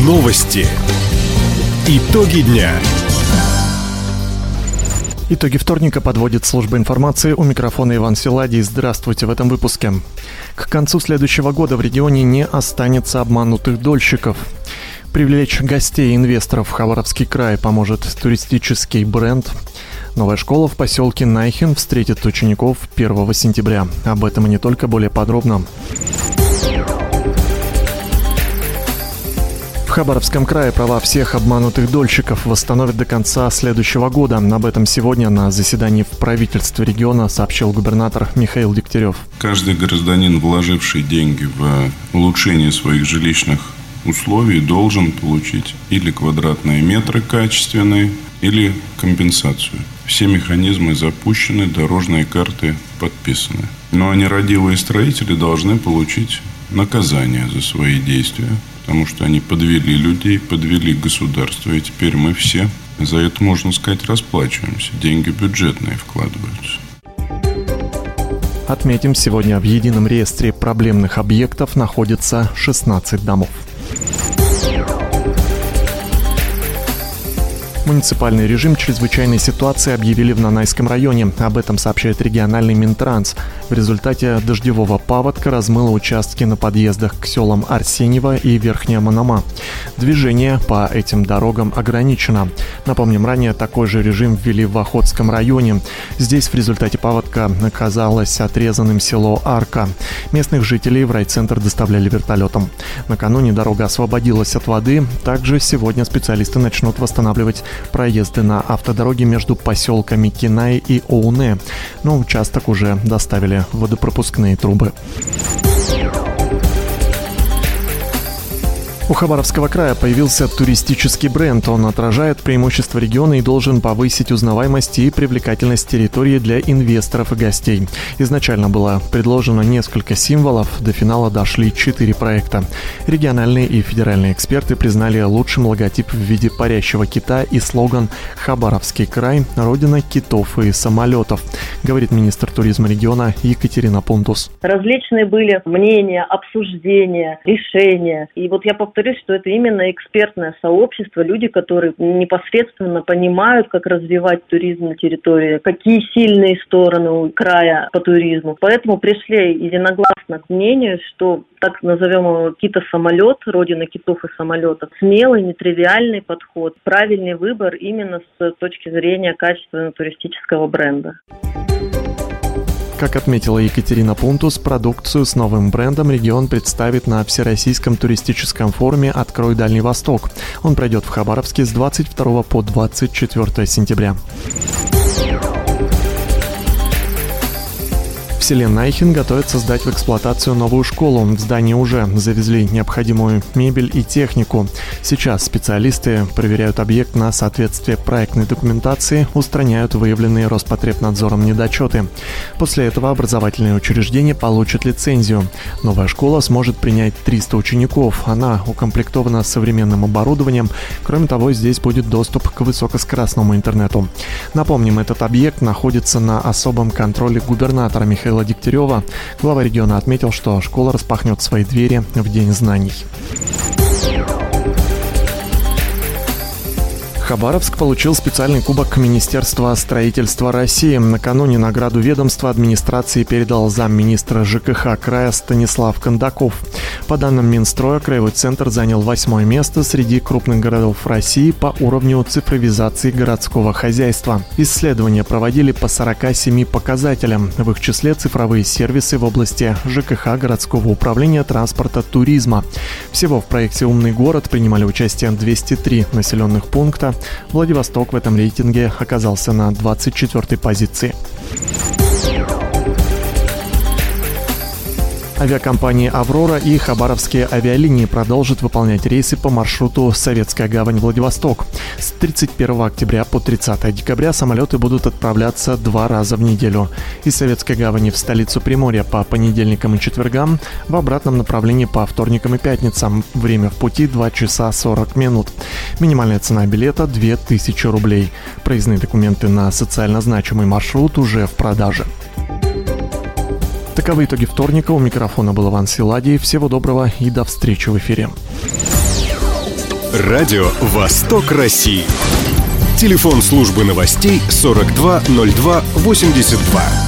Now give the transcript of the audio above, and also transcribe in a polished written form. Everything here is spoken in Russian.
Новости. Итоги дня. Итоги вторника подводит служба информации. У микрофона Иван Силадий. Здравствуйте в этом выпуске. К концу следующего года в регионе не останется обманутых дольщиков. Привлечь гостей и инвесторов в Хабаровский край поможет туристический бренд. Новая школа в поселке Найхин встретит учеников 1 сентября. Об этом и не только, более подробно. В Хабаровском крае права всех обманутых дольщиков восстановят до конца следующего года. Об этом сегодня на заседании в правительстве региона сообщил губернатор Михаил Дегтярев. Каждый гражданин, вложивший деньги в улучшение своих жилищных условий, должен получить или квадратные метры качественные, или компенсацию. Все механизмы запущены, дорожные карты подписаны. Но нерадивые строители должны получить наказание за свои действия, потому что они подвели людей, подвели государство, и теперь мы все за это, можно сказать, расплачиваемся. Деньги бюджетные вкладываются. Отметим, сегодня в едином реестре проблемных объектов находится 16 домов. Муниципальный режим чрезвычайной ситуации объявили в Нанайском районе. Об этом сообщает региональный Минтранс. В результате дождевого паводка размыло участки на подъездах к селам Арсеньево и Верхняя Манама. Движение по этим дорогам ограничено. Напомним, ранее такой же режим ввели в Охотском районе. Здесь в результате паводка оказалось отрезанным село Арка. Местных жителей в райцентр доставляли вертолетом. Накануне дорога освободилась от воды. Также сегодня специалисты начнут восстанавливать проезды на автодороге между поселками Кинай и Оуне, но участок уже доставили водопропускные трубы. У Хабаровского края появился туристический бренд. Он отражает преимущества региона и должен повысить узнаваемость и привлекательность территории для инвесторов и гостей. Изначально было предложено несколько символов, до финала дошли 4 проекта. Региональные и федеральные эксперты признали лучшим логотип в виде парящего кита и слоган «Хабаровский край – родина китов и самолетов», говорит министр туризма региона Екатерина Пунтус. Различные были мнения, обсуждения, решения. И вот я повторюсь, что это именно экспертное сообщество, люди, которые непосредственно понимают, как развивать туризм на территории, какие сильные стороны у края по туризму. Поэтому пришли единогласно к мнению, что так назовем его китосамолет, родина китов и самолетов, смелый, нетривиальный подход, правильный выбор именно с точки зрения качественного туристического бренда. Как отметила Екатерина Пунтус, продукцию с новым брендом регион представит на Всероссийском туристическом форуме «Открой Дальний Восток». Он пройдет в Хабаровске с 22 по 24 сентября. В селе Найхин готовят сдать в эксплуатацию новую школу. В здании уже завезли необходимую мебель и технику. Сейчас специалисты проверяют объект на соответствие проектной документации, устраняют выявленные Роспотребнадзором недочеты. После этого образовательное учреждение получит лицензию. Новая школа сможет принять 300 учеников. Она укомплектована современным оборудованием. Кроме того, здесь будет доступ к высокоскоростному интернету. Напомним, этот объект находится на особом контроле губернатора Михаила Дегтярева. Глава региона отметил, что школа распахнет свои двери в День знаний. Хабаровск получил специальный кубок Министерства строительства России. Накануне награду ведомства администрации передал замминистра ЖКХ края Станислав Кондаков. По данным Минстроя, краевой центр занял 8-е место среди крупных городов России по уровню цифровизации городского хозяйства. Исследования проводили по 47 показателям. В их числе цифровые сервисы в области ЖКХ, городского управления, транспорта, туризма. Всего в проекте «Умный город» принимали участие 203 населенных пункта. Владивосток в этом рейтинге оказался на 24-й позиции. Авиакомпании «Аврора» и хабаровские авиалинии продолжат выполнять рейсы по маршруту Советская гавань-Владивосток. С 31 октября по 30 декабря самолеты будут отправляться 2 раза в неделю. Из Советской гавани в столицу Приморья по понедельникам и четвергам, в обратном направлении по вторникам и пятницам. Время в пути 2 часа 40 минут. Минимальная цена билета 2000 рублей. Проездные документы на социально значимый маршрут уже в продаже. Таковы итоги вторника. У микрофона был Иван Силадий. Всего доброго и до встречи в эфире. Радио «Восток России». Телефон службы новостей 42 02 82.